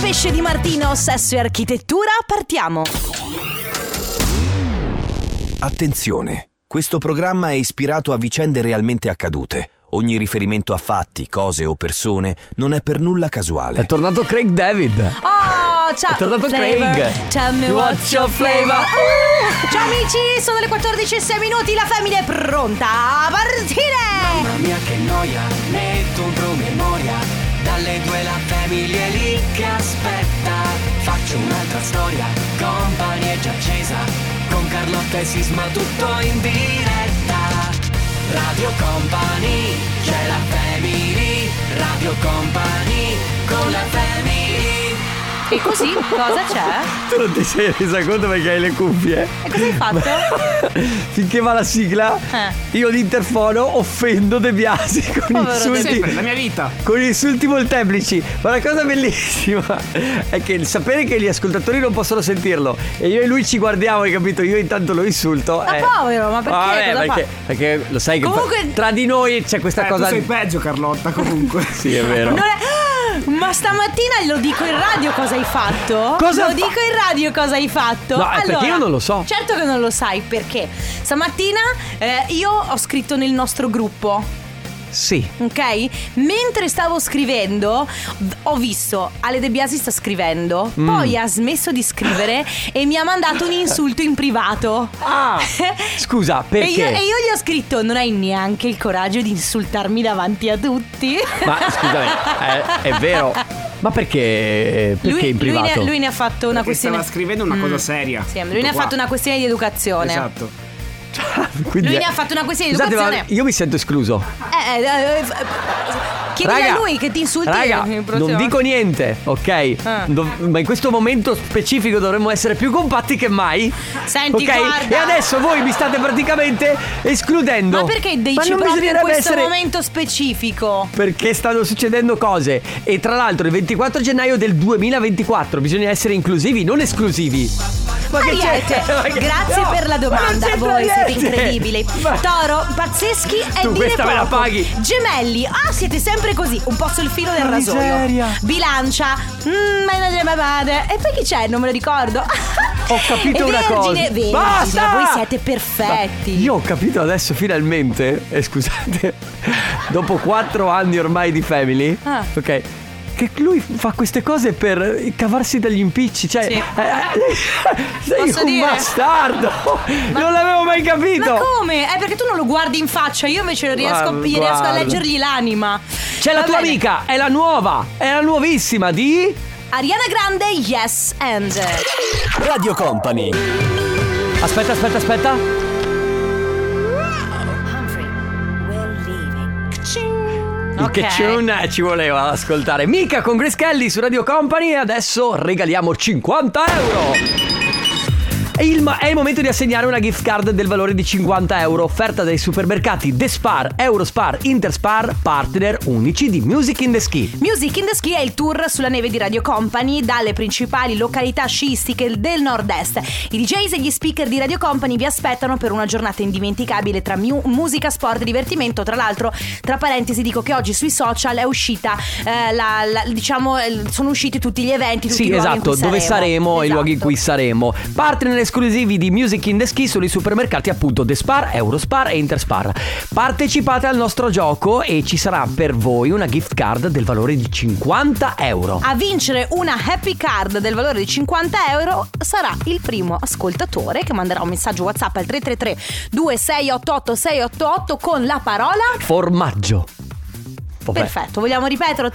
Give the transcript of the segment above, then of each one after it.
pesce di Martino, sesso e architettura, partiamo. Attenzione, questo programma è ispirato a vicende realmente accadute. Ogni riferimento a fatti, cose o persone non è per nulla casuale. È tornato Craig David. Oh, ciao. È tornato Flavor. Craig. Tell me what's your flavor. Ciao amici, sono le 14:06, la famiglia è pronta a partire. Mamma mia che noia, metto un promemoria. Dalle 2 la famiglia è lì che aspetta. Faccio un'altra storia, Company è già accesa. Con Carlotta e Sisma tutto in diretta. Radio Company, c'è la family. Radio Company, con la family. E così cosa c'è? Tu non ti sei resa conto perché hai le cuffie? E cosa hai fatto? Finché va la sigla, io l'interfono offendo De Biasi con insulti. Sempre, la mia vita. Con insulti molteplici. Ma la cosa bellissima è che il sapere che gli ascoltatori non possono sentirlo e io e lui ci guardiamo, hai capito? Io intanto lo insulto. Ma povero, ma perché? Vabbè, perché lo sai che comunque tra di noi c'è questa cosa. Tu sei peggio, Carlotta, comunque. Sì, è vero. Non è... Ma stamattina lo dico in radio cosa hai fatto? Cosa dico in radio cosa hai fatto? No, allora, perché io non lo so. Certo che non lo sai, perché stamattina io ho scritto nel nostro gruppo. Sì. Ok? Mentre stavo scrivendo ho visto Ale De Biasi sta scrivendo, poi ha smesso di scrivere e mi ha mandato un insulto in privato. Ah, scusa, perché? E io gli ho scritto: non hai neanche il coraggio di insultarmi davanti a tutti. Ma scusami, è vero. Ma perché in privato? Lui ne ha fatto una Perché questione. stava scrivendo una cosa seria. Sì, lui ne ha fatto una questione di educazione. Esatto. Quindi Lui ne ha fatto una questione di Scusate, educazione. ma io mi sento escluso. Chiedi a lui che ti insulti. Raga, non dico niente, ok? Ma in questo momento specifico dovremmo essere più compatti che mai. Senti, ok? guarda. E adesso voi mi state praticamente escludendo. Ma perché dici non proprio in bisognerebbe questo momento specifico? Perché stanno succedendo cose. E tra l'altro il 24 gennaio del 2024 bisogna essere inclusivi, non esclusivi. Ma che Ariete, c'è? grazie No, per la domanda. Voi siete incredibili. Toro, pazzeschi e Tu dire questa me la poco. paghi. Gemelli, siete sempre così, un po' sul filo del Che rasoio. miseria. Bilancia, e poi chi c'è? Non me lo ricordo. Ho capito E una cosa. Vergine, Basta! voi siete perfetti. Io ho capito adesso finalmente, scusate, dopo 4 anni ormai di Family, ok, che lui fa queste cose per cavarsi dagli impicci. Cioè, Sì. sei Posso un dire? bastardo. Non l'avevo mai capito. Ma come? È perché tu non lo guardi in faccia. Io invece riesco a Guarda. leggergli l'anima. C'è la Va tua bene. amica, è la nuovissima di Ariana Grande, Yes and. Radio Company. Aspetta. Il che tune ci voleva ascoltare. Mica con Grace Kelly su Radio Company. E adesso regaliamo 50 euro. È il momento di assegnare una gift card del valore di 50 euro offerta dai supermercati The Spar, Eurospar, Interspar, partner unici di Music in the Ski. Music in the Ski è il tour sulla neve di Radio Company dalle principali località sciistiche del nord-est. I DJs e gli speaker di Radio Company vi aspettano per una giornata indimenticabile tra musica, sport e divertimento. Tra l'altro, tra parentesi, dico che oggi sui social è uscita sono usciti tutti gli eventi, tutti i luoghi in cui dove saremo e i luoghi in cui saremo. Partner esclusivi di Music in the Ski sono i supermercati appunto The Spar, Eurospar e Interspar. Partecipate al nostro gioco e ci sarà per voi una gift card del valore di 50 euro. A vincere una happy card del valore di 50 euro sarà il primo ascoltatore che manderà un messaggio WhatsApp al 333 2688 688 con la parola Formaggio. Perfetto, vogliamo ripeterlo?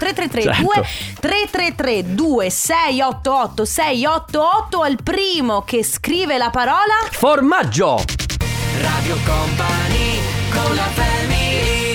333 2688 688 al primo che scrive la parola Formaggio. Radio Company, con la family.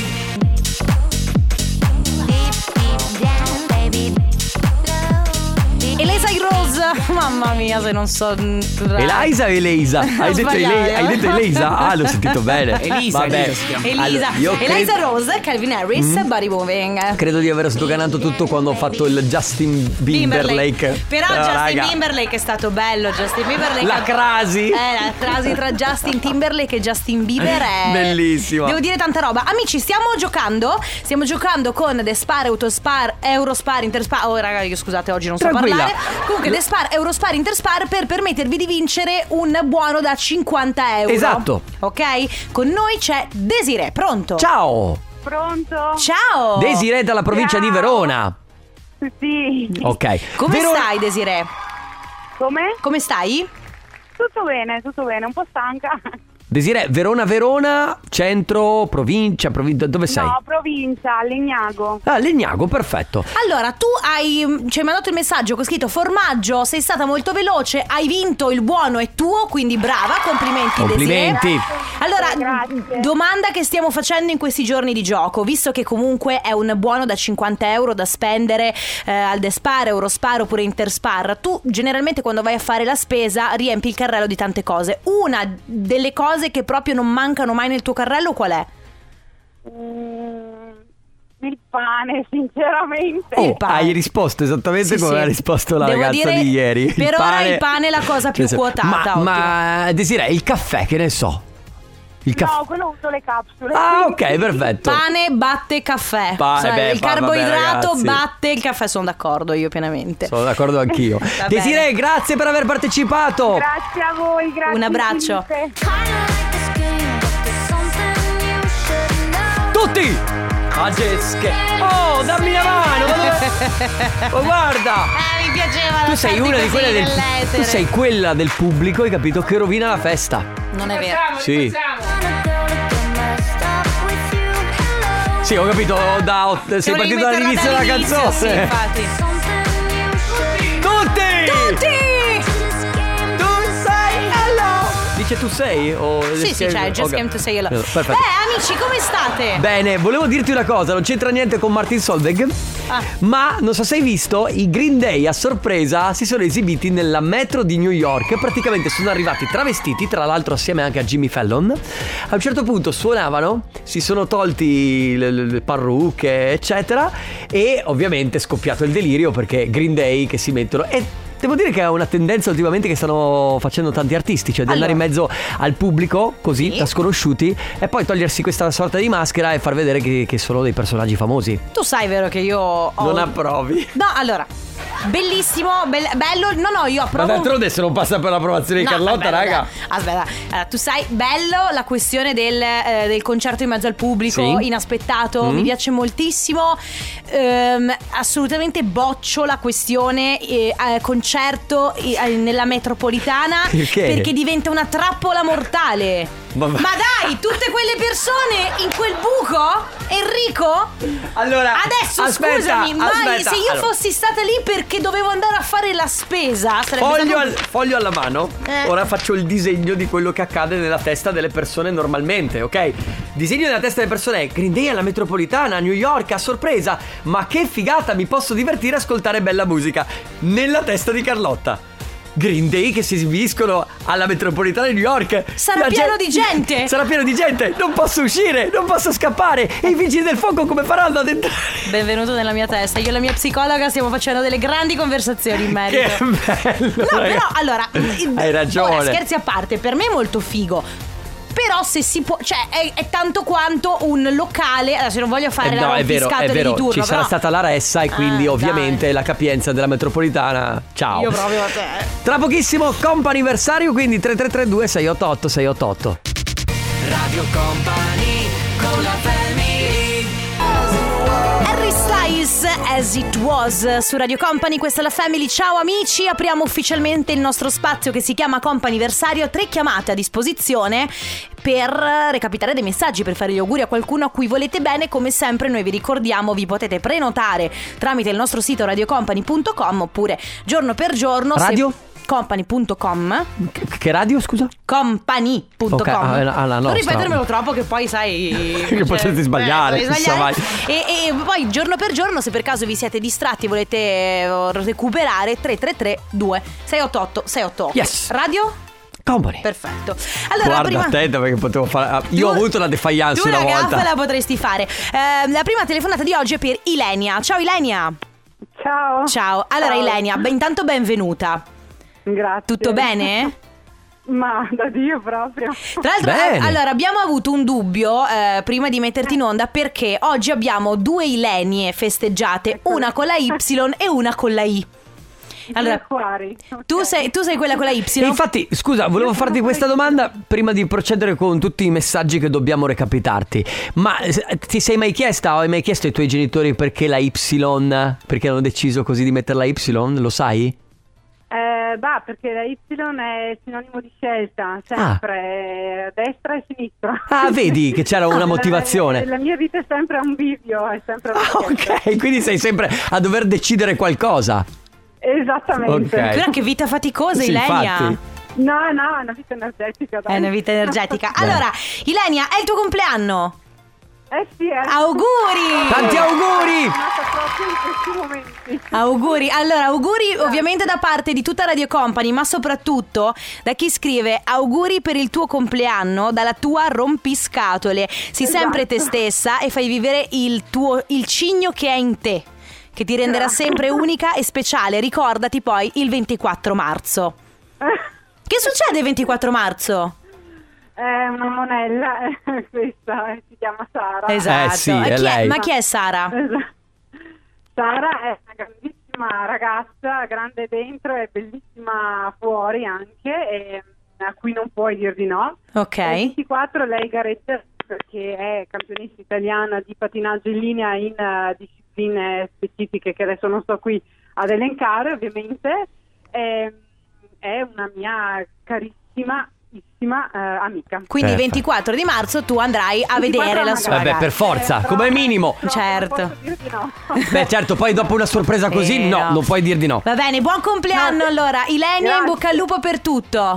Elisa Rose, Mamma mia, se non so. Elisa o Elisa? Hai detto Elisa? Ah, l'ho sentito bene. Elisa si chiama. Elisa. Allora, Elisa Rose, Calvin Harris, Body Moving. credo di aver sdoganato tutto quando ho fatto il Justin Timberlake. Però Justin Timberlake è stato bello. Justin Timberlake La crasi. la crasi tra Justin Timberlake e Justin Bieber è bellissima. Devo dire tanta roba. Amici, stiamo giocando con The Spar, Autospar, Eurospar, Interspar. Oh ragazzi, scusate, oggi non so Tranquilla. parlare. Comunque The Spar, Eurospar, Interspar, per permettervi di vincere un buono da 50 euro. Esatto. Ok? Con noi c'è Desiree, pronto? Ciao. Pronto? Ciao. Desiree dalla provincia di Verona. Sì. Ok. Come stai, Desiree? Come? Come stai? Tutto bene, un po' stanca. Desiree, Verona, centro, provincia, dove sei? No, provincia, Legnago. Ah, Legnago, perfetto. Allora, tu ci hai mandato il messaggio con scritto formaggio, sei stata molto veloce, hai vinto, il buono è tuo, quindi brava, complimenti. Complimenti. Desiree. Allora, Grazie. domanda che stiamo facendo in questi giorni di gioco, visto che comunque è un buono da 50 euro da spendere al Despar, Eurospar oppure Interspar, tu generalmente quando vai a fare la spesa riempi il carrello di tante cose. Una delle cose che proprio non mancano mai nel tuo carrello qual è? Il pane, sinceramente. Il pane. Hai risposto esattamente come ha risposto la Devo ragazza dire, di ieri. Per ora il pane è la cosa più quotata. Ma Desiree, il caffè, che ne so? No, quello uso le capsule. Ah, ok, perfetto. Pane batte caffè. Il carboidrato vabbè, batte il caffè, sono d'accordo io pienamente. Sono d'accordo anch'io. Va Desiree, bene. grazie per aver partecipato. Grazie a voi, grazie. Un abbraccio. Tutti! Agesche. Oh, dammi la mano. Oh, guarda. Mi piaceva. Tu sei una di quelle tu sei quella del pubblico, hai capito, che rovina la festa. Non è vero. Sì. Sì, ho capito, sei partito dall'inizio della canzone. Sì, infatti. Tutti! Tu sei hello. Dice tu sei? O Sì, c'è Just Came to Say Hello. Perfetto. Amici, come state? Bene, volevo dirti una cosa, non c'entra niente con Martin Solveig, ma non so se hai visto, i Green Day a sorpresa si sono esibiti nella metro di New York. Praticamente sono arrivati travestiti, tra l'altro assieme anche a Jimmy Fallon. A un certo punto suonavano, si sono tolti le parrucche eccetera, e ovviamente è scoppiato il delirio perché Green Day che si mettono, e devo dire che è una tendenza ultimamente che stanno facendo tanti artisti, cioè di andare in mezzo al pubblico così, da sconosciuti, e poi togliersi questa sorta di maschera e far vedere che sono dei personaggi famosi. Tu sai, vero, che io Non approvi? No, allora, bellissimo, bello. No, io approvo. Ma d'altronde se non passa per l'approvazione di Carlotta, aspetta, raga. Aspetta, allora, tu sai, bello la questione del concerto in mezzo al pubblico, Sì. inaspettato, mi piace moltissimo. Assolutamente boccio la questione concerto nella metropolitana. Perché diventa una trappola mortale. Ma dai, tutte quelle persone in quel buco, Enrico? Allora, adesso aspetta, scusami, ma aspetta, se io allora, fossi stata lì perché dovevo andare a fare la spesa, sarebbe foglio alla mano. Ora faccio il disegno di quello che accade nella testa delle persone normalmente, ok? Disegno nella testa delle persone: Green Day alla metropolitana, a New York, a sorpresa. Ma che figata, mi posso divertire a ascoltare bella musica. Nella testa di Carlotta, Green Day che si esibiscono alla metropolitana di New York. Sarà pieno di gente. Sarà pieno di gente. Non posso uscire, non posso scappare. E i vigili del fuoco come faranno ad entrare? Benvenuto nella mia testa. Io e la mia psicologa stiamo facendo delle grandi conversazioni in merito. Che bello. No, però allora hai ragione. Ora, scherzi a parte, per me è molto figo. Però se si può, cioè è tanto quanto un locale. Adesso non voglio fare la rompiscatole di turno, ci sarà stata la ressa e quindi ovviamente la capienza della metropolitana. Ciao. Io proprio a te. Tra pochissimo comp'anniversario, quindi 3332 688 688. Radio Company con la family. Harry Styles, As It Was su Radio Company, questa è la Family. Ciao amici, apriamo ufficialmente il nostro spazio che si chiama Comp'anniversario. 3 chiamate a disposizione per recapitare dei messaggi, per fare gli auguri a qualcuno a cui volete bene. Come sempre noi vi ricordiamo, vi potete prenotare tramite il nostro sito radiocompany.com oppure giorno per giorno. Radio? company.com. Che radio, scusa? Company.com. Okay, alla non nostra. ripetermelo troppo che poi sai che potete sbagliare, chissà mai. E poi giorno per giorno, se per caso vi siete distratti e volete recuperare, 333-2688-688. Yes. Radio? Company. Perfetto. Allora, guarda, prima... attenta perché potevo fare. Io ho avuto una defiance tu una volta. Tu una gaffa la potresti fare. La prima telefonata di oggi è per Ilenia. Ciao Ilenia. Ciao. Ciao. Allora Ilenia, intanto benvenuta. Grazie. Tutto bene? Ma da Dio proprio. Tra l'altro, Bene. allora abbiamo avuto un dubbio prima di metterti in onda, perché oggi abbiamo 2 Ilenie festeggiate, una con la Y e una con la I. Allora, tu sei quella con la Y? E infatti, scusa, volevo farti questa domanda prima di procedere con tutti i messaggi che dobbiamo recapitarti. Ma ti sei mai chiesta o hai mai chiesto ai tuoi genitori perché la Y? Perché hanno deciso così di mettere la Y? Lo sai? Perché la Y è sinonimo di scelta, sempre destra e sinistra. Ah, vedi che c'era una motivazione. La mia vita è sempre un bivio, è sempre una scelta. Ok, quindi sei sempre a dover decidere qualcosa. Esattamente. Ok. Però che vita faticosa, Sì, Ilenia. infatti. No, è una vita energetica. Dai. È una vita energetica. Allora, Ilenia, è il tuo compleanno. Sì, Auguri! Tanti auguri! Proprio in questi momenti. Auguri. Allora, auguri ovviamente da parte di tutta Radio Company, ma soprattutto da chi scrive auguri per il tuo compleanno dalla tua rompiscatole. Sii sempre te stessa e fai vivere il cigno che è in te, che ti renderà sempre unica e speciale. Ricordati poi il 24 marzo. Che succede il 24 marzo? È una monella, questa si chiama Sara. Esatto. Sì, è lei. Ma chi è Sara? Sara è una grandissima ragazza, grande dentro e bellissima fuori anche, e a cui non puoi dir di no. Ok. Il 24 lei gareggia perché è campionessa italiana di pattinaggio in linea in discipline specifiche che adesso non sto qui ad elencare, ovviamente. È una mia carissima amica. Quindi il 24 di marzo tu andrai a vedere la sua Vabbè, gara. per forza, come minimo. Certo. Non posso dir di no. Beh, certo, poi dopo una sorpresa così, no, non puoi dir di no. Va bene, buon compleanno allora. Ilenia, Grazie. in bocca al lupo per tutto.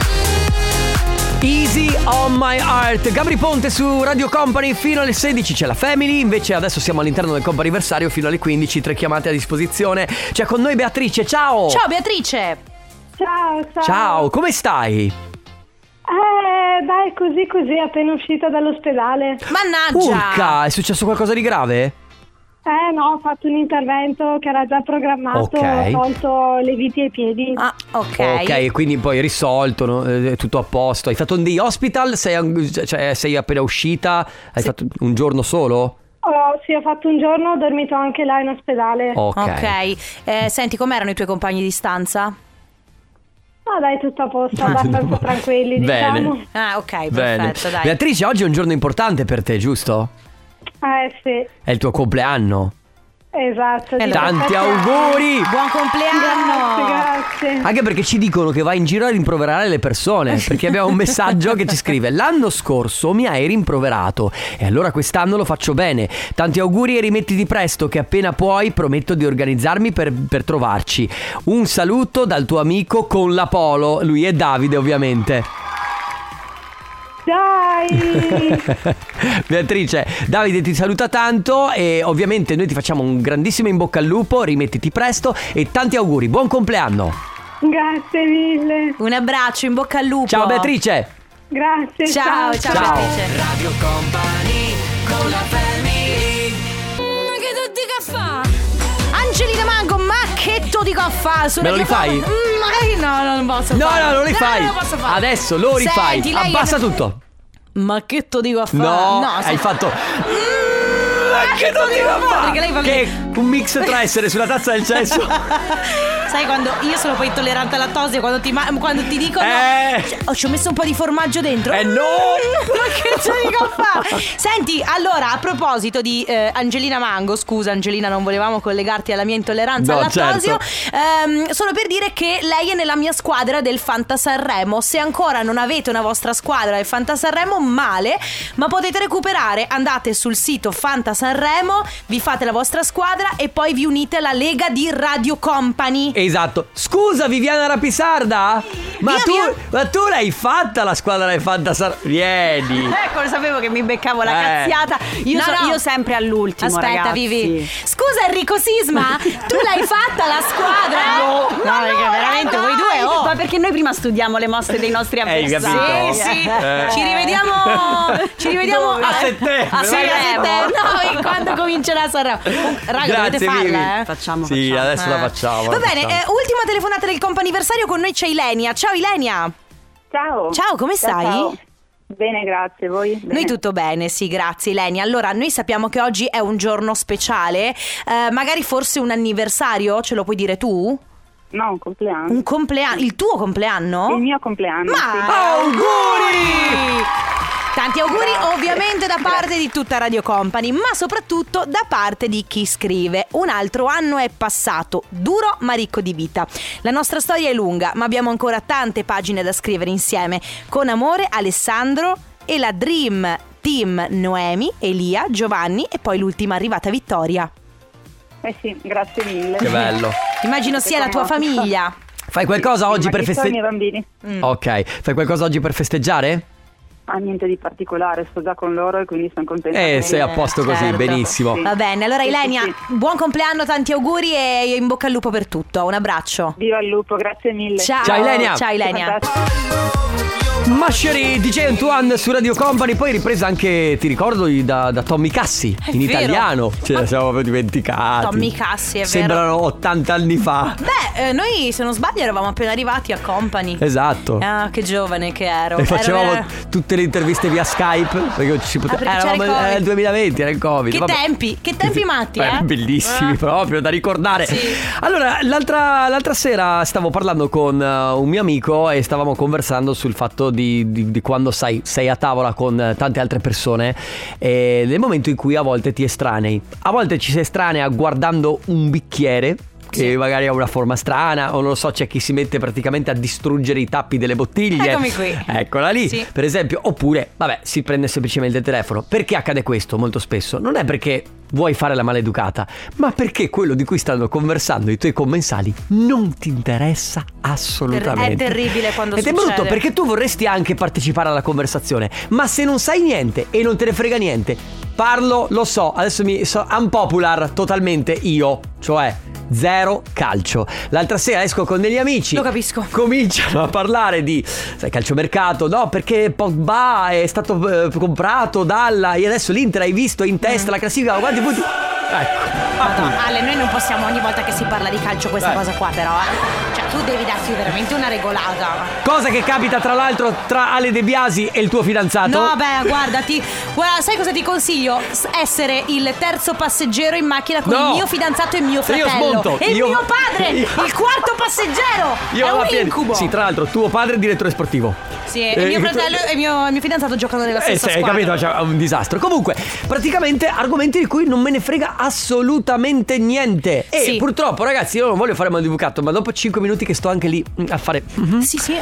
Easy on my heart. Gabri Ponte su Radio Company fino alle 16 c'è la Family. Invece adesso siamo all'interno del comp'anniversario fino alle 15. 3 chiamate a disposizione. C'è con noi Beatrice, ciao. Ciao Beatrice. Ciao. Ciao, come stai? Dai, così, appena uscita dall'ospedale. Mannaggia. Urca, è successo qualcosa di grave? No, ho fatto un intervento che era già programmato, Ok. ho tolto le viti ai piedi. Ah, ok. Ok, quindi poi risolto, no? È tutto a posto. Hai fatto un day hospital? Sei appena uscita? Hai fatto un giorno solo? Sì, ho fatto un giorno, ho dormito anche là in ospedale. Ok. Senti, com'erano i tuoi compagni di stanza? No, dai, tutto a posto, abbastanza tranquilli, Bene. diciamo. Ah, ok, Bene. perfetto, dai. Beatrice, oggi è un giorno importante per te, giusto? Sì, È il tuo compleanno. esatto. Tanti auguri! Buon compleanno. Grazie. Anche perché ci dicono che vai in giro a rimproverare le persone. Perché abbiamo un messaggio che ci scrive: l'anno scorso mi hai rimproverato e allora quest'anno lo faccio bene. Tanti auguri e rimettiti presto, che appena puoi prometto di organizzarmi per trovarci. Un saluto dal tuo amico con la polo. Lui è Davide, ovviamente. Dai. Beatrice, Davide ti saluta tanto e ovviamente noi ti facciamo un grandissimo in bocca al lupo. Rimettiti presto e tanti auguri. Buon compleanno. Grazie mille. Un abbraccio, in bocca al lupo. Ciao Beatrice. Grazie. Ciao Beatrice. Radio Company con la Family. Ma che tu dica fa? Angelina Mango, ma che tu dica fa? Me lo rifai? Magari no, non posso No, fare. no, non li fai. Non lo posso fare. Adesso lo rifai. Senti, lei Abbassa è... tutto. Ma che tu dico a fa? No, se- hai fatto. che tu dico a fa? Perché lei fa Che è un mix tra essere sulla tazza del cesso. Sai quando io sono poi intollerante alla lattosio, quando ti dicono ci ho messo un po' di formaggio dentro. No! Ma che ce dico a fa? Senti, allora, a proposito di Angelina Mango, scusa Angelina, non volevamo collegarti alla mia intolleranza No, al lattosio. certo. Solo per dire che lei è nella mia squadra del Fanta Sanremo. Se ancora non avete una vostra squadra del Fanta Sanremo, male, ma potete recuperare. Andate sul sito Fanta Sanremo, vi fate la vostra squadra e poi vi unite alla Lega di Radio Company. Esatto. Scusa, Viviana Rapisarda? Ma tu l'hai fatta la squadra del Fantasar? Vieni. Ecco, lo sapevo che mi beccavo la cazziata. Io sempre all'ultimo. Aspetta, ragazzi. Vivi. Scusa, Enrico Sisma, tu l'hai fatta la squadra? No, perché veramente voi due. Ma perché noi prima studiamo le mosse dei nostri avversari. Sì. Ci rivediamo a settembre. A settembre. No, quando comincerà Sanremo. Raga, Grazie, dovete farla, Vivi. Facciamo. Sì, adesso la facciamo. Va bene, ultima telefonata del comp'anniversario, con noi c'è Ilenia. Ciao Ilenia. Ciao, come stai? Ciao. Bene, grazie, voi? Bene. Noi tutto bene, sì, grazie Ilenia. Allora, noi sappiamo che oggi è un giorno speciale, magari forse un anniversario, ce lo puoi dire tu? No, un compleanno. Un compleanno, il tuo compleanno? Il mio compleanno. Ma sì. auguri! Tanti auguri ovviamente da parte di tutta Radio Company, ma soprattutto da parte di chi scrive. Un altro anno è passato, duro ma ricco di vita. La nostra storia è lunga, ma abbiamo ancora tante pagine da scrivere insieme. Con amore, Alessandro e la Dream Team Noemi, Elia, Giovanni e poi l'ultima arrivata Vittoria. Sì, grazie mille. Che bello. Immagino sia la tua famiglia. Fai qualcosa oggi per festeggiare? I festeggiare? miei bambini. Ok, fai qualcosa oggi per festeggiare? Niente di particolare, sto già con loro e quindi sono contenta. Sei a posto così, certo. benissimo. Sì. Va bene, allora Sì, Ilenia, sì. buon compleanno, tanti auguri e in bocca al lupo per tutto. Un abbraccio. Viva il lupo, grazie mille. Ciao, Ilenia. Ciao Ilenia. Mascieri, DJ Antoine su Radio Company. Poi ripresa anche, ti ricordo, da Tommy Cassi È in vero. italiano. Ce la siamo proprio dimenticati. Tommy Cassi, è Sembrano 80 anni fa. Beh, noi se non sbaglio eravamo appena arrivati a Company. Esatto. Ah, che giovane che ero. E facevamo Era- tutte le interviste via Skype perché non ci perché c'era eravamo il Covid. nel 2020, era il Covid. Che Vabbè. tempi matti, Bellissimi proprio da ricordare. Sì. Allora, l'altra sera stavo parlando con un mio amico e stavamo conversando sul fatto di quando sei a tavola con tante altre persone e nel momento in cui a volte ti estranei. A volte ci si estranea guardando un bicchiere che magari ha una forma strana, o non lo so, c'è chi si mette praticamente a distruggere i tappi delle bottiglie. Eccomi qui. Eccola lì, Sì. per esempio. Oppure, vabbè, si prende semplicemente il telefono. Perché accade questo molto spesso? Non è perché vuoi fare la maleducata, ma perché quello di cui stanno conversando i tuoi commensali non ti interessa assolutamente. È terribile quando Ed è succede. brutto perché tu vorresti anche partecipare alla conversazione, ma se non sai niente e non te ne frega niente, parlo, lo so, adesso mi so unpopular totalmente io, cioè zero calcio. L'altra sera esco con degli amici. Lo capisco. Cominciano a parlare di, sai, calciomercato. No, perché Pogba è stato comprato dalla, e adesso l'Inter hai visto in testa la classifica, quanti punti? Ecco. Madonna, Ale, noi non possiamo ogni volta che si parla di calcio questa cosa qua, però cioè tu devi darti veramente una regolata. Cosa che capita tra l'altro tra Ale De Biasi e il tuo fidanzato. No, beh, guarda, sai cosa ti consiglio? Essere il terzo passeggero in macchina con No. il mio fidanzato e mio Io fratello. smonto. E il Io- mio padre, il quarto passeggero. Io è alla un fine- incubo. Sì, tra l'altro tuo padre è direttore sportivo. Sì, e mio fratello e mio fidanzato giocano nella stessa Hai squadra. capito? Cioè, è un disastro. Comunque, praticamente argomenti di cui non me ne frega assolutamente niente. E Sì. purtroppo, ragazzi, io non voglio fare maleducato, ma dopo 5 minuti che sto anche lì a fare Sì, sì,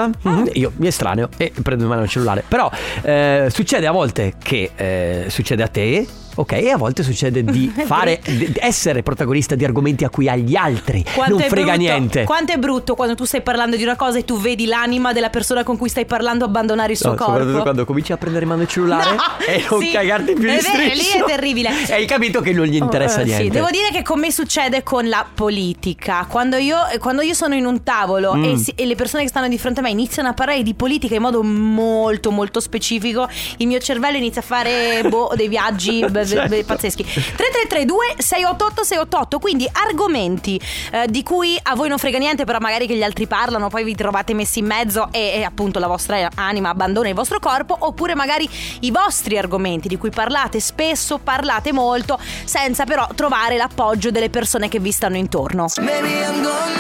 io mi estraneo e prendo in mano il cellulare. Però succede a volte che succede a te. Ok, e a volte succede di fare di essere protagonista di argomenti a cui agli altri Quanto non è frega brutto, niente. Quanto è brutto quando tu stai parlando di una cosa e tu vedi l'anima della persona con cui stai parlando abbandonare il suo No, soprattutto corpo. quando cominci a prendere in mano il cellulare No, e non sì, cagarti più è in vero, lì striscio. è terribile. E hai capito che non gli interessa niente. Sì, devo dire che con me succede con la politica. Quando io sono in un tavolo e le persone che stanno di fronte a me iniziano a parlare di politica in modo molto molto specifico, il mio cervello inizia a fare dei viaggi pazzeschi. 3332 688 688. Quindi argomenti di cui a voi non frega niente, però magari che gli altri parlano, poi vi trovate messi in mezzo e appunto la vostra anima abbandona il vostro corpo. Oppure magari i vostri argomenti di cui parlate spesso, parlate molto, senza però trovare l'appoggio delle persone che vi stanno intorno.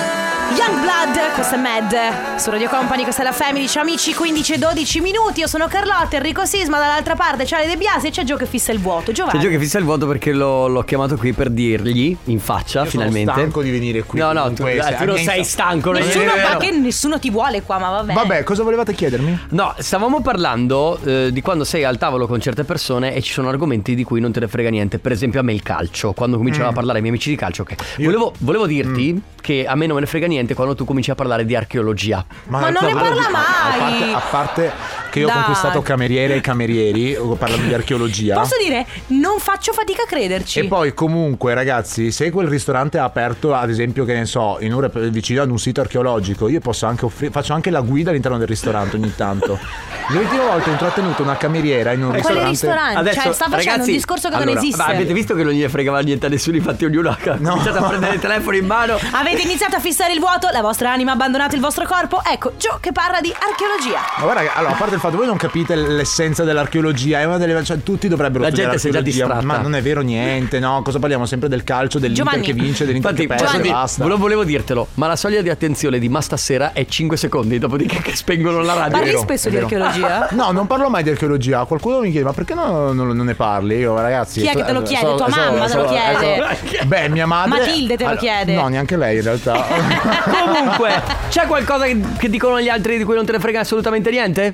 Youngblood, questa è Mad su Radio Company, questa è la Family. Ciao amici, 15 e 12 minuti. Io sono Carlotta, Enrico Sisma, dall'altra parte c'è Ale De Biasi e c'è Gio che fissa il vuoto. Giovanni. C'è Gio che fissa il vuoto perché l'ho chiamato qui per dirgli in faccia. Io finalmente. Sono stanco di venire qui. No, tu non sei stanco. Perché nessuno ti vuole qua, ma vabbè. Vabbè, cosa volevate chiedermi? No, stavamo parlando di quando sei al tavolo con certe persone e ci sono argomenti di cui non te ne frega niente. Per esempio a me il calcio. Quando cominciavo a parlare ai miei amici di calcio, volevo dirti che a me non me ne frega niente quando tu cominci a parlare di archeologia. Ma non ne parla mai. A parte che io ho conquistato cameriere e camerieri parlando di archeologia. Posso dire, non faccio fatica a crederci. E poi comunque ragazzi, se quel ristorante è aperto, ad esempio, che ne so, in vicino ad un sito archeologico, io posso anche faccio anche la guida all'interno del ristorante ogni tanto. L'ultima volta ho intrattenuto una cameriera in un ristorante. Quale ristorante? Adesso, sta facendo un discorso che non esiste. Ma avete visto che non gli fregava niente a nessuno, infatti ognuno ha cominciato a prendere il telefono in mano. Avete iniziato a fissare il vuoto, la vostra anima ha abbandonato il vostro corpo. Ecco, Gio che parla di archeologia. Ma guarda, allora, a parte il fatto, voi non capite l'essenza dell'archeologia, è una delle, cioè, tutti dovrebbero studiare l'archeologia. La gente si è già distratta. Ma non è vero niente, no? Cosa parliamo sempre del calcio, dell'Inter Giovanni, che vince, dell'Inter che perde, basta. Volevo dirtelo, ma la soglia di attenzione di Ma stasera è 5 secondi, dopodiché che spengono la radio. Parli spesso di archeologia? No, non parlo mai di archeologia. Qualcuno mi chiede, ma perché non ne parli? Io, ragazzi, chi è che te lo chiede? Tua mamma te lo chiede? Beh, mia madre. Matilde te lo chiede? No, neanche lei in realtà. Comunque, c'è qualcosa che dicono gli altri di cui non te ne frega assolutamente niente?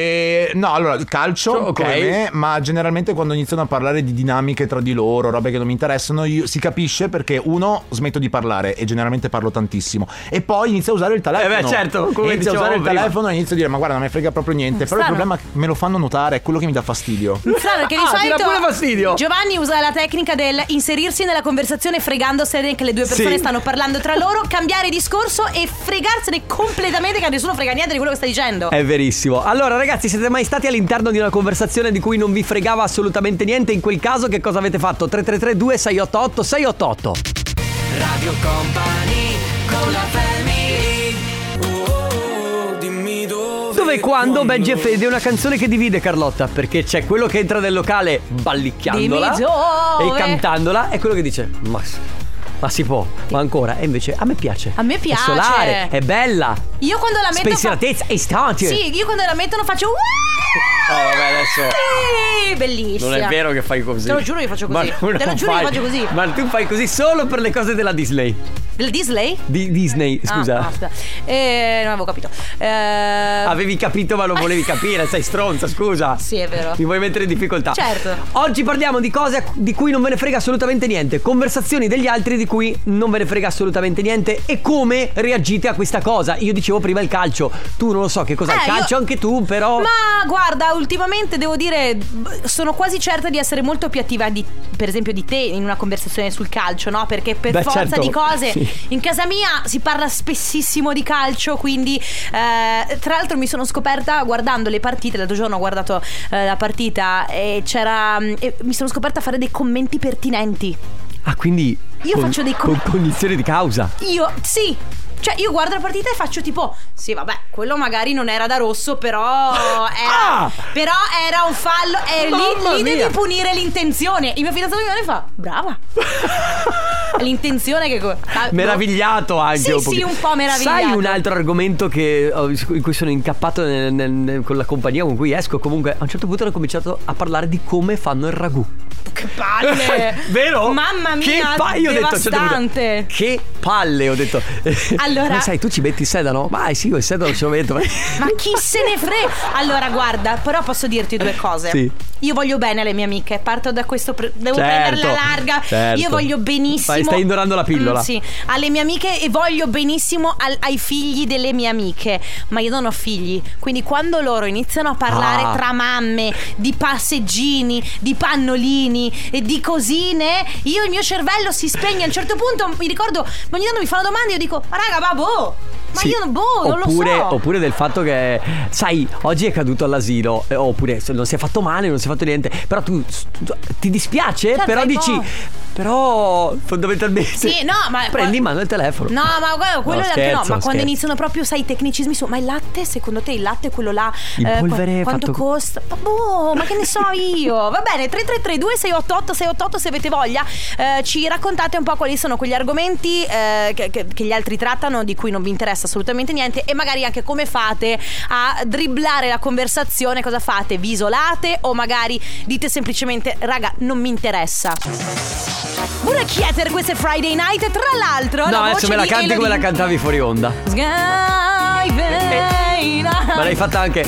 No, allora, calcio, come me, ma generalmente quando iniziano a parlare di dinamiche tra di loro, robe che non mi interessano, si capisce perché uno, smetto di parlare e generalmente parlo tantissimo, e poi inizio a usare il telefono. Certo, come inizio a usare il prima. telefono e inizio a dire, ma guarda, non mi frega proprio niente. Però il problema è che me lo fanno notare, è quello che mi dà fastidio. Strano, che di ti solito dà pure fastidio. Giovanni usa la tecnica del inserirsi nella conversazione fregandosene che le due persone stanno parlando tra loro, cambiare discorso e fregarsene completamente che a nessuno frega niente di quello che sta dicendo. È verissimo. Allora ragazzi, siete mai stati all'interno di una conversazione di cui non vi fregava assolutamente niente? In quel caso che cosa avete fatto? 333 688 688. Radio Company con la Family. Dimmi dove e quando Benji e Fede è una canzone che divide, Carlotta, perché c'è quello che entra nel locale ballicchiandola e cantandola e quello che dice ma si può, ma ancora. E invece a me piace. A me piace. È solare, è bella. Io quando la metto spensieratezza, è istante. Sì, io quando la mettono faccio oh vabbè, adesso sì, bellissima. non è vero che fai così. Te lo giuro che faccio così. Te lo giuro che faccio così. Ma tu fai così solo per le cose della Disney. Del Disney? Di Disney, scusa. Non avevo capito. Avevi capito ma non volevi capire. Sei stronza, scusa. Sì, è vero. Mi vuoi mettere in difficoltà. Certo. Oggi parliamo di cose di cui non ve ne frega assolutamente niente. Conversazioni degli altri di cui non ve ne frega assolutamente niente. E come reagite a questa cosa. Io dicevo prima il calcio. Tu non lo so che cos'è il calcio, anche tu però. Ma guarda, ultimamente devo dire, sono quasi certa di essere molto più attiva per esempio di te in una conversazione sul calcio, no? Perché per forza certo, di cose sì. In casa mia si parla spessissimo di calcio. Quindi tra l'altro mi sono scoperta guardando le partite. L'altro giorno ho guardato la partita e mi sono scoperta a fare dei commenti pertinenti. Ah, quindi io faccio dei con cognizione di causa. Io sì. Cioè io guardo la partita e faccio tipo sì vabbè, quello magari non era da rosso, però era un fallo. E lì devi punire l'intenzione. Il mio fidanzato mi fa brava. L'intenzione che meravigliato anche sì, un sì, un po' meravigliato. Sai un altro argomento in cui sono incappato con la compagnia con cui esco. Comunque a un certo punto hanno cominciato a parlare di come fanno il ragù. Che palle. Vero? Mamma mia, io devastante. Ho detto, che palle, ho detto. Allora, ma sai, tu ci metti il sedano? Ma sì, io il sedano ce lo metto. Ma chi se ne frega? Allora guarda, però posso dirti due cose. Sì. Io voglio bene alle mie amiche. Parto da questo devo prenderla larga. Certo. Io voglio benissimo. Stai indorando la pillola. Sì, alle mie amiche. E voglio benissimo ai figli delle mie amiche. Ma io non ho figli. Quindi quando loro iniziano a parlare tra mamme di passeggini, di pannolini e di cosine, io il mio cervello si spegne. A un certo punto mi ricordo ogni tanto mi fanno domande e io dico ma raga babbo, Ma io non lo so. Oppure del fatto che, sai, oggi è caduto all'asilo, oppure non si è fatto male, non si è fatto niente. Però tu ti dispiace, Certo, però dici però fondamentalmente sì, no, ma prendi in mano il telefono. No, ma guarda, quello No, è anche scherzo, no. Ma quando scherzo. iniziano proprio, sai, i tecnicismi su, ma il latte, secondo te il latte quello là in polvere quanto fatto... costa? Ma che ne so io. Va bene, 333 688 688 se avete voglia. Ci raccontate un po' quali sono quegli argomenti che gli altri trattano, di cui non vi interessa assolutamente niente, e magari anche come fate a dribblare la conversazione. Cosa fate? Vi isolate o magari dite semplicemente raga, non mi interessa. Buona Chieter, questo è Friday Night. Tra l'altro no, adesso me la canti come la cantavi fuori onda. Ma l'hai fatta anche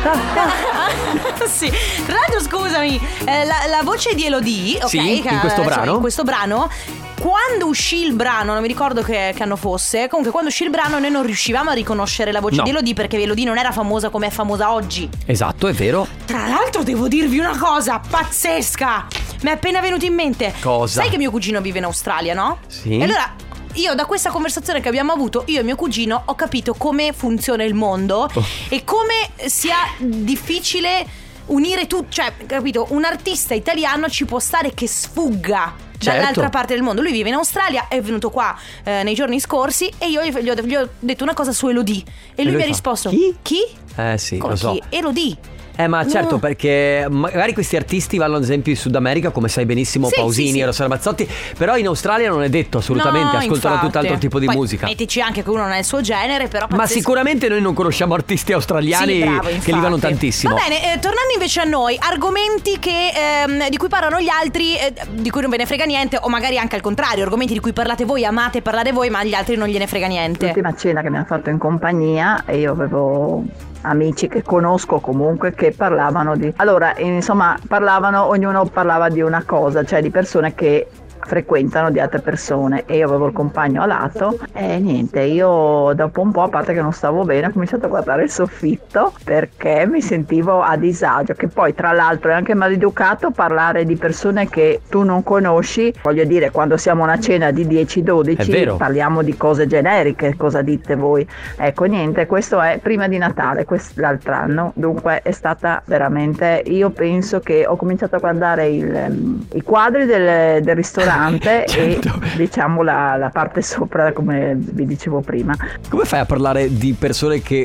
sì. Tra l'altro scusami, la voce di Elodie, ok, sì, in questo brano. In questo brano, quando uscì il brano, non mi ricordo che anno fosse, comunque quando uscì il brano noi non riuscivamo a riconoscere la voce di Elodie, perché Elodie non era famosa come è famosa oggi. Esatto, è vero. Tra l'altro devo dirvi una cosa pazzesca, mi è appena venuto in mente. Cosa? Sai che mio cugino vive in Australia, no? Sì. E allora io da questa conversazione che abbiamo avuto, io e mio cugino, ho capito come funziona il mondo e come sia difficile unire tutto. Cioè, capito, un artista italiano ci può stare che sfugga dall'altra parte del mondo. Lui vive in Australia, è venuto qua nei giorni scorsi e io gli ho detto una cosa su Elodie e lui mi ha risposto: Chi? Sì, come lo so. Chi? Elodie. Ma certo, perché magari questi artisti vanno ad esempio in Sud America, come sai benissimo, sì, Pausini e Rossana Mazzotti, però in Australia non è detto assolutamente, ascoltano tutt'altro tipo di poi musica. mettici anche che uno non è il suo genere, però ma sicuramente noi non conosciamo artisti australiani che li vanno tantissimo. Va bene, tornando invece a noi, argomenti di cui parlano gli altri, di cui non ve ne frega niente, o magari anche al contrario, argomenti di cui parlate voi, amate parlare voi, ma agli altri non gliene frega niente. L'ultima cena che mi hanno fatto in compagnia, e io avevo amici che conosco comunque che parlavano di... Allora, insomma, ognuno parlava di una cosa, cioè di persone che frequentano di altre persone, e io avevo il compagno a lato e niente, io dopo un po', a parte che non stavo bene, ho cominciato a guardare il soffitto perché mi sentivo a disagio, che poi tra l'altro è anche maleducato parlare di persone che tu non conosci. Voglio dire, quando siamo a una cena di 10-12 parliamo di cose generiche, cosa dite voi? Ecco, niente, questo è prima di Natale, l'altro anno, dunque è stata veramente, io penso che ho cominciato a guardare i quadri del ristorante certo. E diciamo la parte sopra, come vi dicevo prima. Come fai a parlare di persone che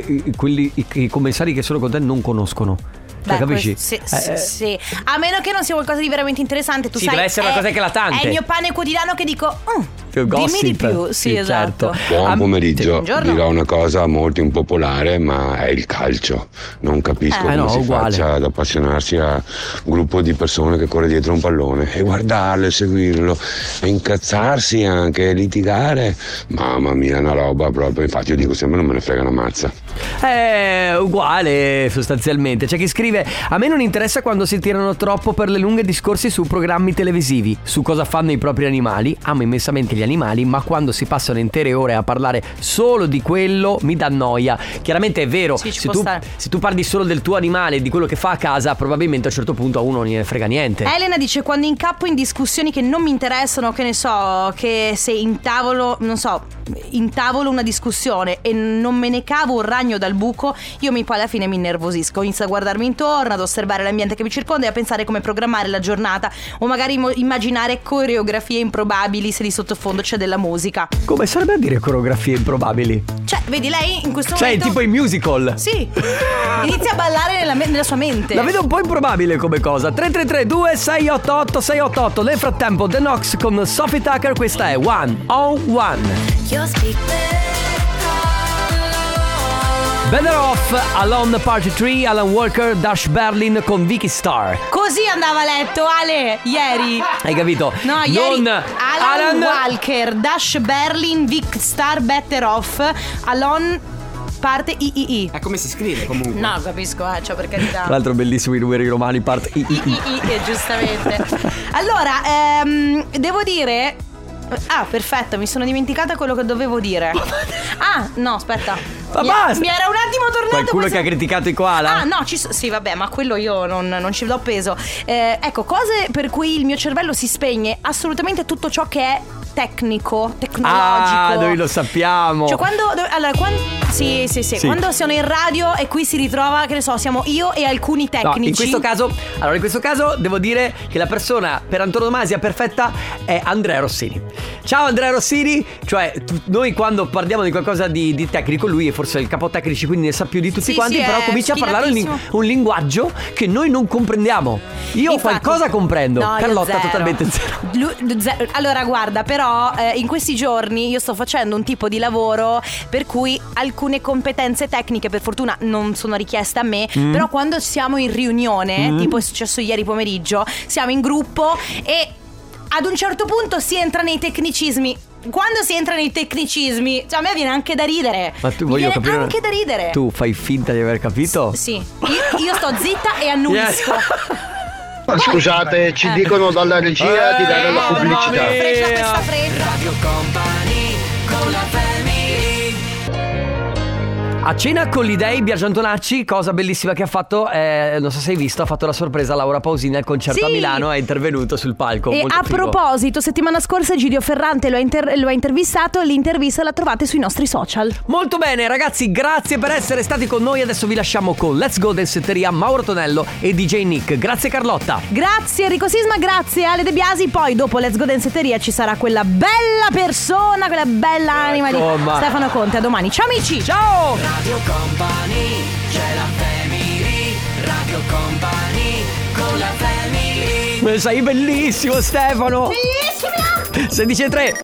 i commissari che sono con te non conoscono? Cioè, capisci? Sì. A meno che non sia qualcosa di veramente interessante, tu sai. Deve essere una cosa eclatante. È il mio pane quotidiano che dico gossip. Dimmi di più. Sì, esatto. Buon pomeriggio. Dirò una cosa molto impopolare, ma è il calcio. Non capisco come si faccia ad appassionarsi a un gruppo di persone che corre dietro un pallone e guardarlo e seguirlo e incazzarsi anche, litigare. Mamma mia, una roba proprio. Infatti io dico sempre non me ne frega una mazza. È uguale sostanzialmente. C'è chi scrive: a me non interessa quando si tirano troppo per le lunghe discorsi su programmi televisivi, su cosa fanno i propri animali. Amo immensamente gli animali, ma quando si passano intere ore a parlare solo di quello mi dà noia. Chiaramente è vero, sì, se tu parli solo del tuo animale e di quello che fa a casa, probabilmente a un certo punto a uno non gliene frega niente. Elena dice: quando incappo in discussioni che non mi interessano, che ne so, che se intavolo una discussione e non me ne cavo un ragno dal buco, io poi alla fine mi innervosisco, inizio a guardarmi intorno, ad osservare l'ambiente che mi circonda e a pensare come programmare la giornata, o magari immaginare coreografie improbabili se di sottofondo c'è della musica. Come sarebbe a dire coreografie improbabili? Cioè, vedi, lei in questo momento, tipo i musical. Sì. Inizia a ballare nella sua mente. La vedo un po' improbabile come cosa. 333-2688-688. Nel frattempo The Knox con Sophie Tucker. Questa è 101. Better Off, Alone Party 3, Alan Walker, Dash Berlin con Vicky Starr. Così andava a letto Ale ieri. Hai capito? No, ieri Alan Walker, Dash Berlin, Vicky Starr, Better Off, Alone parte I. È come si scrive comunque. No, capisco, cioè per carità. Tra l'altro bellissimo i numeri romani, parte I. Giustamente. Allora, devo dire... perfetto, mi sono dimenticata quello che dovevo dire. No, aspetta. Ma basta! Mi era un attimo tornato qualcuno che ha criticato i koala? No, sì, vabbè, ma quello io non ci do peso. Ecco, cose per cui il mio cervello si spegne. Assolutamente tutto ciò che è tecnologico. Noi lo sappiamo. Cioè quando sì. Quando sono in radio e qui si ritrova, che ne so, siamo io e alcuni tecnici. No, in questo caso devo dire che la persona per antonomasia perfetta è Andrea Rossini. Ciao Andrea Rossini. Cioè noi quando parliamo di qualcosa di tecnico, lui è forse il capotecnici, quindi ne sa più di tutti quanti, però comincia a parlare un linguaggio che noi non comprendiamo. Io qualcosa comprendo. No, Carlotta zero. totalmente zero. Allora guarda, però in questi giorni io sto facendo un tipo di lavoro per cui alcune competenze tecniche per fortuna non sono richieste a me, però quando siamo in riunione, tipo è successo ieri pomeriggio, siamo in gruppo e ad un certo punto si entra nei tecnicismi. Quando si entra nei tecnicismi, cioè a me viene anche da ridere. Ma tu voglio capire, anche da ridere. Tu fai finta di aver capito? Sì. Io sto zitta e annuisco. Scusate, ci dicono dalla regia di dare la pubblicità. Questa fretta. Radio Company con la family. A cena con gli dei Biagio Antonacci, cosa bellissima che ha fatto, non so se hai visto, ha fatto la sorpresa a Laura Pausini al concerto a Milano, è intervenuto sul palco. E a proposito, settimana scorsa Egidio Ferrante lo ha intervistato, l'intervista la trovate sui nostri social. Molto bene ragazzi, grazie per essere stati con noi. Adesso vi lasciamo con Let's Go Densetteria, Mauro Tonello e DJ Nick. Grazie Carlotta. Grazie Enrico Sisma, grazie Ale De Biasi. Poi dopo Let's Go Densetteria ci sarà quella bella persona, quella bella anima di Stefano Conte. A domani, ciao amici. Ciao. Radio Company, c'è la family. Radio Company con la family. Sei bellissimo Stefano. Bellissima. 16:03.